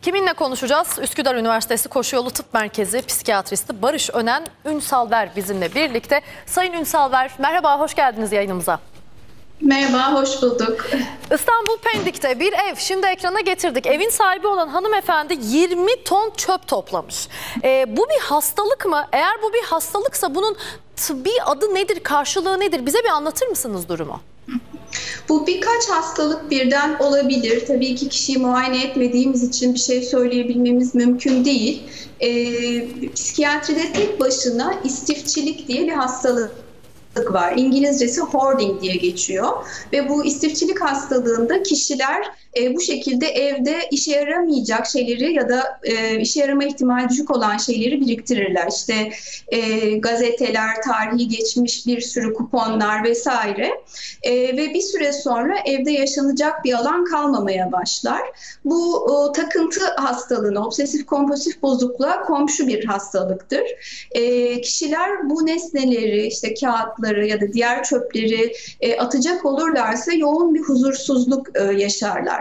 Kiminle konuşacağız? Üsküdar Üniversitesi Koşuyolu Tıp Merkezi psikiyatristi Barış Önen Ünsalver bizimle birlikte. Sayın Ünsalver, merhaba, hoş geldiniz yayınımıza. Merhaba, hoş bulduk. İstanbul Pendik'te bir ev, şimdi ekrana getirdik. Evin sahibi olan hanımefendi 20 ton çöp toplamış. Bu bir hastalık mı? Eğer bu bir hastalıksa bunun tıbbi adı nedir, karşılığı nedir? Bize bir anlatır mısınız durumu? Bu birkaç hastalık birden olabilir. Tabii ki kişiyi muayene etmediğimiz için bir şey söyleyebilmemiz mümkün değil. Psikiyatride tek başına istifçilik diye bir hastalık var. İngilizcesi hoarding diye geçiyor ve bu istifçilik hastalığında kişiler bu şekilde evde işe yaramayacak şeyleri ya da işe yarama ihtimali düşük olan şeyleri biriktirirler. İşte gazeteler, tarihi geçmiş bir sürü kuponlar vesaire ve bir süre sonra evde yaşanacak bir alan kalmamaya başlar. Bu takıntı hastalığına, obsesif kompulsif bozukluğa komşu bir hastalıktır. Kişiler bu nesneleri, işte kağıtları ya da diğer çöpleri atacak olurlarsa yoğun bir huzursuzluk yaşarlar.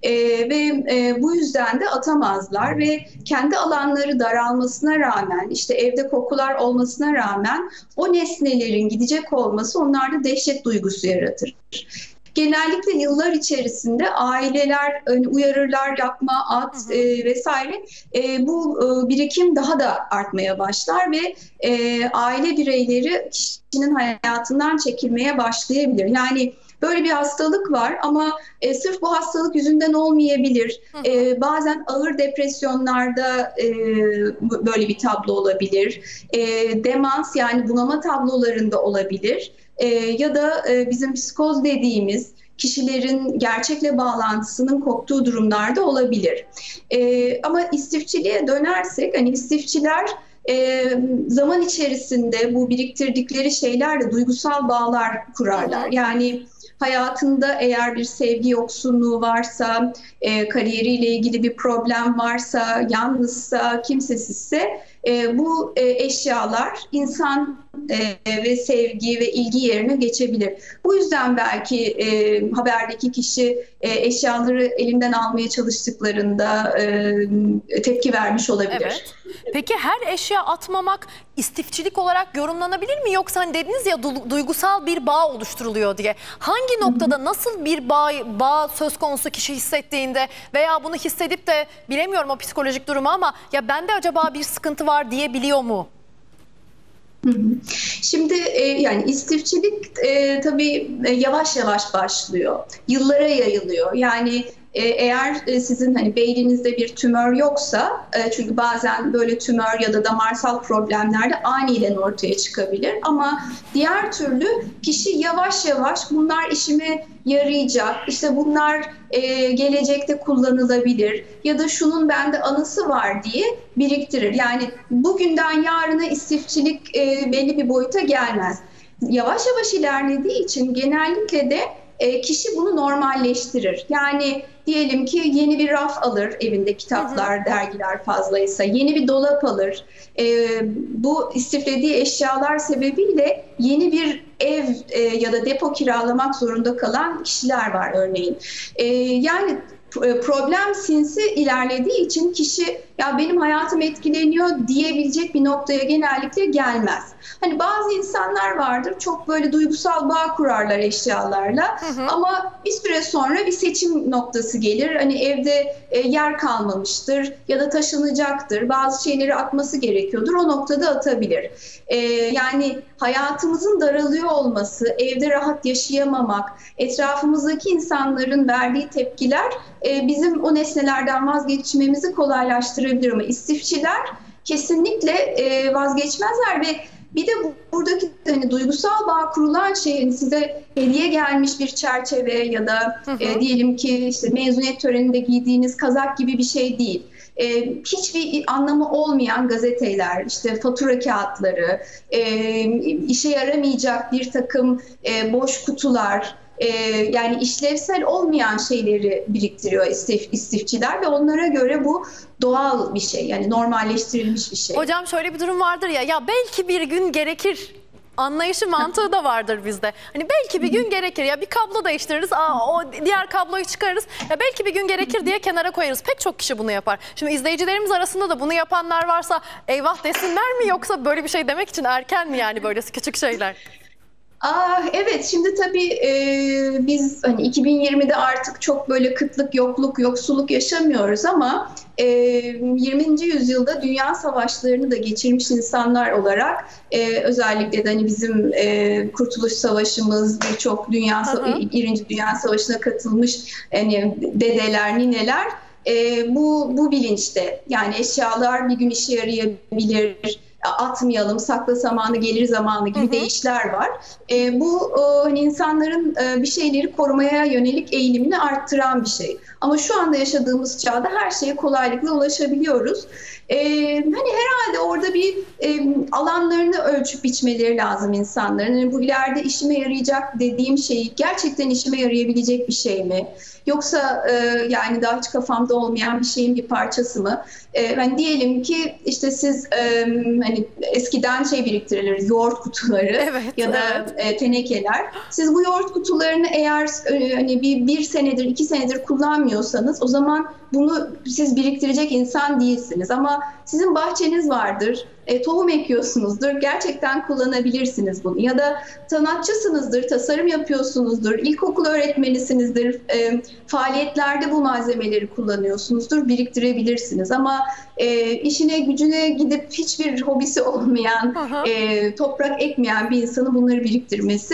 Bu yüzden de atamazlar ve kendi alanları daralmasına rağmen, işte evde kokular olmasına rağmen o nesnelerin gidecek olması onlarda dehşet duygusu yaratır. Genellikle yıllar içerisinde aileler uyarırlar, yapma, at vesaire. Bu birikim daha da artmaya başlar ve aile bireyleri kişinin hayatından çekilmeye başlayabilir. Yani böyle bir hastalık var ama sırf bu hastalık yüzünden olmayabilir. Bazen ağır depresyonlarda böyle bir tablo olabilir. Demans, yani bunama tablolarında olabilir. Ya da bizim psikoz dediğimiz kişilerin gerçekle bağlantısının koptuğu durumlarda olabilir. Ama istifçiliğe dönersek, hani istifçiler zaman içerisinde bu biriktirdikleri şeylerle duygusal bağlar kurarlar. Yani hayatında eğer bir sevgi yoksunluğu varsa, kariyeriyle ilgili bir problem varsa, yalnızsa, kimsesizse bu eşyalar insan ve sevgi ve ilgi yerine geçebilir. Bu yüzden belki haberdeki kişi eşyaları elinden almaya çalıştıklarında tepki vermiş olabilir. Evet. Peki her eşya atmamak istifçilik olarak yorumlanabilir mi? Yoksa hani dediniz ya, duygusal bir bağ oluşturuluyor diye. Hangi noktada nasıl bir bağ söz konusu kişi hissettiğinde veya bunu hissedip de bilemiyorum o psikolojik durumu ama ya bende acaba bir sıkıntı var diyebiliyor mu? Şimdi yani istifçilik tabii yavaş yavaş başlıyor. Yıllara yayılıyor. Yani eğer sizin hani beyninizde bir tümör yoksa, çünkü bazen böyle tümör ya da damarsal problemler de aniden ortaya çıkabilir. Ama diğer türlü kişi yavaş yavaş bunlar işime yarayacak, işte bunlar gelecekte kullanılabilir ya da şunun bende anısı var diye biriktirir. Yani bugünden yarına istifçilik belli bir boyuta gelmez. Yavaş yavaş ilerlediği için genellikle de kişi bunu normalleştirir. Yani diyelim ki yeni bir raf alır, evinde kitaplar, dergiler fazlaysa, yeni bir dolap alır. Bu istiflediği eşyalar sebebiyle yeni bir ev ya da depo kiralamak zorunda kalan kişiler var örneğin. Yani problem sinsi ilerlediği için kişi ya benim hayatım etkileniyor diyebilecek bir noktaya genellikle gelmez. Hani bazı insanlar vardır, çok böyle duygusal bağ kurarlar eşyalarla ama bir süre sonra bir seçim noktası gelir. Hani evde yer kalmamıştır ya da taşınacaktır. Bazı şeyleri atması gerekiyordur. O noktada atabilir. Yani hayatımızın daralıyor olması, evde rahat yaşayamamak, etrafımızdaki insanların verdiği tepkiler bizim o nesnelerden vazgeçmemizi kolaylaştırabilir ama istifçiler kesinlikle vazgeçmezler ve bir de buradaki hani duygusal bağ kurulan şeyin size hediye gelmiş bir çerçeve ya da diyelim ki işte mezuniyet töreninde giydiğiniz kazak gibi bir şey değil. Hiçbir anlamı olmayan gazeteler, işte fatura kağıtları, işe yaramayacak bir takım boş kutular, yani işlevsel olmayan şeyleri biriktiriyor istifçiler ve onlara göre bu doğal bir şey, yani normalleştirilmiş bir şey. Hocam şöyle bir durum vardır ya belki bir gün gerekir anlayışı mantığı da vardır bizde. Hani belki bir gün gerekir ya, bir kablo değiştiririz, o diğer kabloyu çıkarırız. Ya belki bir gün gerekir diye kenara koyarız. Pek çok kişi bunu yapar. Şimdi izleyicilerimiz arasında da bunu yapanlar varsa eyvah desinler mi, yoksa böyle bir şey demek için erken mi yani, böyle küçük şeyler? Evet, şimdi tabii biz hani 2020'de artık çok böyle kıtlık, yokluk, yoksulluk yaşamıyoruz ama 20. yüzyılda dünya savaşlarını da geçirmiş insanlar olarak özellikle de hani bizim Kurtuluş Savaşımız, birçok Birinci Dünya Savaşı'na katılmış hani dedeler, nineler bu bilinçte, yani eşyalar bir gün işe yarayabilir, atmayalım, sakla zamanı gelir zamanı gibi deyişler var. Bu hani insanların bir şeyleri korumaya yönelik eğilimini arttıran bir şey. Ama şu anda yaşadığımız çağda her şeye kolaylıkla ulaşabiliyoruz. Hani herhalde orada bir alanlarını ölçüp biçmeleri lazım insanların. Yani bu ileride işime yarayacak dediğim şey gerçekten işime yarayabilecek bir şey mi? Yoksa yani daha hiç kafamda olmayan bir şeyin bir parçası mı? Hani diyelim ki işte siz hani eskiden şey biriktirilir, yoğurt kutuları, Evet, ya da tenekeler. Siz bu yoğurt kutularını eğer hani bir senedir, 2 senedir kullanmıyorsanız, o zaman bunu siz biriktirecek insan değilsiniz. Ama sizin bahçeniz vardır, tohum ekiyorsunuzdur, gerçekten kullanabilirsiniz bunu. Ya da sanatçısınızdır, tasarım yapıyorsunuzdur, ilkokul öğretmenisinizdir, faaliyetlerde bu malzemeleri kullanıyorsunuzdur, biriktirebilirsiniz. Ama işine gücüne gidip hiçbir hobisi olmayan, toprak ekmeyen bir insanın bunları biriktirmesi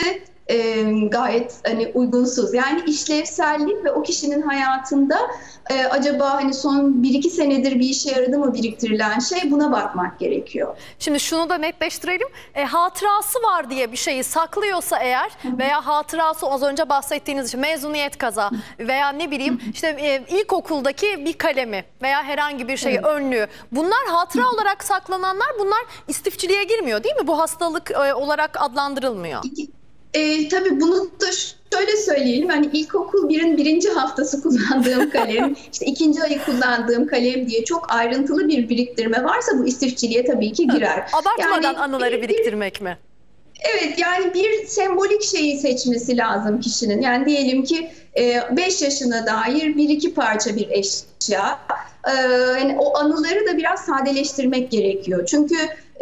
gayet hani uygunsuz. Yani işlevsellik ve o kişinin hayatında acaba hani son 1-2 senedir bir işe yaradı mı biriktirilen şey, buna bakmak gerekiyor. Şimdi şunu da netleştirelim. Hatırası var diye bir şeyi saklıyorsa eğer, veya hatırası az önce bahsettiğiniz için mezuniyet kaza veya ne bileyim işte ilkokuldaki bir kalemi veya herhangi bir şeyi, önlüğü. Bunlar hatıra olarak saklananlar, bunlar istifçiliğe girmiyor değil mi? Bu hastalık olarak adlandırılmıyor. Tabii bunu da şöyle söyleyelim. Hani ilkokul 1'in 1. haftası kullandığım kalem, işte 2. ayı kullandığım kalem diye çok ayrıntılı bir biriktirme varsa bu istifçiliğe tabii ki girer. Abartmadan Yani anıları biriktirmek mi? Evet, yani bir sembolik şeyi seçmesi lazım kişinin. Yani diyelim ki 5 yaşına dair 1-2 parça bir eşya. Yani o anıları da biraz sadeleştirmek gerekiyor. Çünkü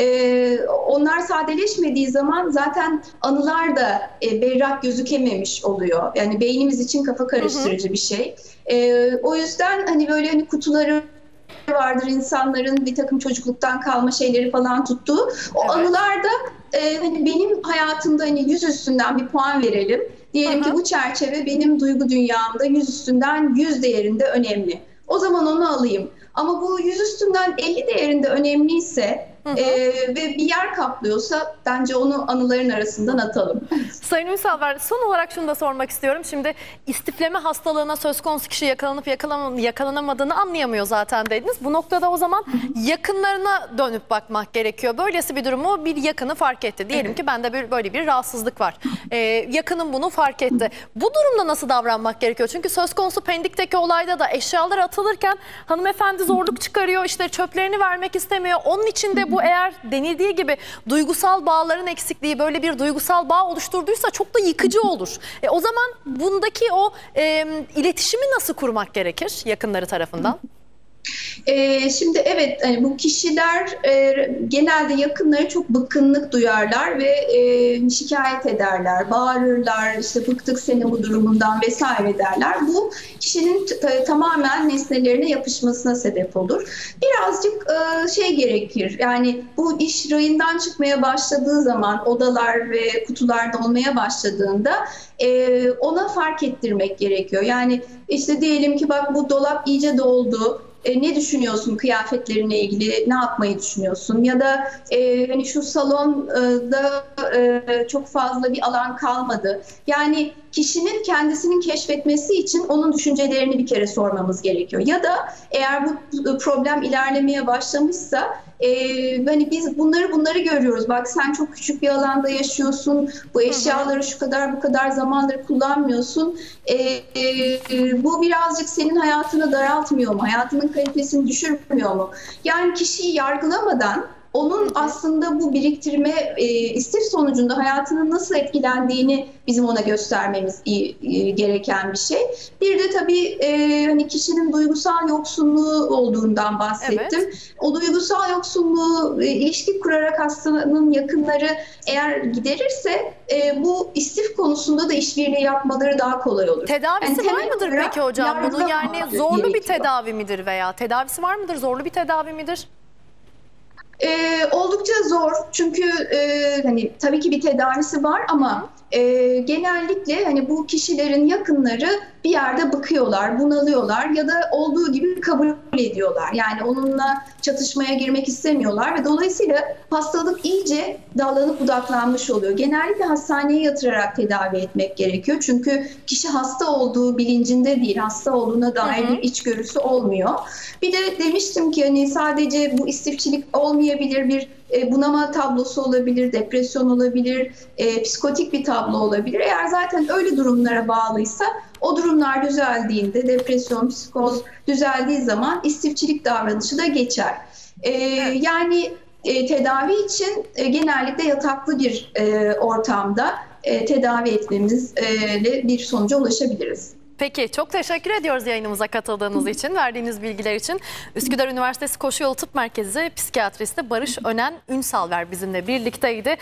onlar sadeleşmediği zaman zaten anılar da berrak gözükememiş oluyor. Yani beynimiz için kafa karıştırıcı bir şey. O yüzden hani böyle hani kutuları vardır insanların, bir takım çocukluktan kalma şeyleri falan tuttuğu. O anılarda hani benim hayatımda hani 100 üstünden bir puan verelim. Diyelim ki bu çerçeve benim duygu dünyamda 100 üstünden 100 değerinde önemli. O zaman onu alayım. Ama bu 100 üstünden 50 değerinde önemliyse ve bir yer kaplıyorsa bence onu anıların arasından atalım. Sayın Ünsalver, son olarak şunu da sormak istiyorum. Şimdi istifleme hastalığına söz konusu kişi yakalanıp yakalanamadığını anlayamıyor zaten dediniz. Bu noktada o zaman yakınlarına dönüp bakmak gerekiyor. Böylesi bir durumu bir yakını fark etti. Diyelim ki bende böyle bir rahatsızlık var. Yakınım bunu fark etti. Bu durumda nasıl davranmak gerekiyor? Çünkü söz konusu Pendik'teki olayda da eşyalar atılırken hanımefendi zorluk çıkarıyor. İşte çöplerini vermek istemiyor. Onun için de bu, eğer denildiği gibi duygusal bağların eksikliği böyle bir duygusal bağ oluşturduysa çok da yıkıcı olur. O zaman bundaki o iletişimi nasıl kurmak gerekir yakınları tarafından? Şimdi evet, hani bu kişiler genelde yakınları çok bıkkınlık duyarlar ve şikayet ederler, bağırırlar, işte bıktık seni bu durumundan vesaire derler. Bu kişinin tamamen nesnelerine yapışmasına sebep olur. Birazcık şey gerekir, yani bu iş rayından çıkmaya başladığı zaman, odalar ve kutular dolmaya başladığında ona fark ettirmek gerekiyor. Yani işte diyelim ki bak bu dolap iyice doldu. Ne düşünüyorsun kıyafetlerinle ilgili, ne yapmayı düşünüyorsun? Ya da hani şu salonda çok fazla bir alan kalmadı. Yani kişinin kendisinin keşfetmesi için onun düşüncelerini bir kere sormamız gerekiyor. Ya da eğer bu problem ilerlemeye başlamışsa hani biz bunları görüyoruz. Bak sen çok küçük bir alanda yaşıyorsun. Bu eşyaları bu kadar zamandır kullanmıyorsun. Bu birazcık senin hayatını daraltmıyor mu? Hayatının kalitesini düşürmüyor mu? Yani kişiyi yargılamadan onun aslında bu biriktirme istif sonucunda hayatının nasıl etkilendiğini bizim ona göstermemiz gereken bir şey. Bir de tabii hani kişinin duygusal yoksunluğu olduğundan bahsettim. Evet. O duygusal yoksunluğu ilişki kurarak hastanın yakınları eğer giderirse bu istif konusunda da işbirliği yapmaları daha kolay olur. Tedavisi Yani var temel mıdır olarak peki hocam? Bunun yardım yani almak zorlu bir gerekiyor. tedavi midir veya tedavisi var mıdır? Zorlu bir tedavi midir? Oldukça zor çünkü hani tabii ki bir tedavisi var ama genellikle hani bu kişilerin yakınları bir yerde bıkıyorlar, bunalıyorlar ya da olduğu gibi kabul ediyorlar. Yani onunla çatışmaya girmek istemiyorlar ve dolayısıyla hastalık iyice dallanıp budaklanmış oluyor. Genellikle hastaneye yatırarak tedavi etmek gerekiyor çünkü kişi hasta olduğu bilincinde değil, hasta olduğuna dair bir içgörüsü olmuyor. Bir de demiştim ki hani sadece bu istifçilik olmayabilir, bir bunama tablosu olabilir, depresyon olabilir, psikotik bir tablo olabilir. Eğer zaten öyle durumlara bağlıysa o durumlar düzeldiğinde, depresyon, psikoz düzeldiği zaman istifçilik davranışı da geçer. Yani tedavi için genellikle yataklı bir ortamda tedavi etmemizle bir sonuca ulaşabiliriz. Peki, çok teşekkür ediyoruz yayınımıza katıldığınız için, verdiğiniz bilgiler için. Üsküdar Üniversitesi Koşu Yolu Tıp Merkezi psikiyatristi Barış Önen Ünsalver bizimle birlikteydi.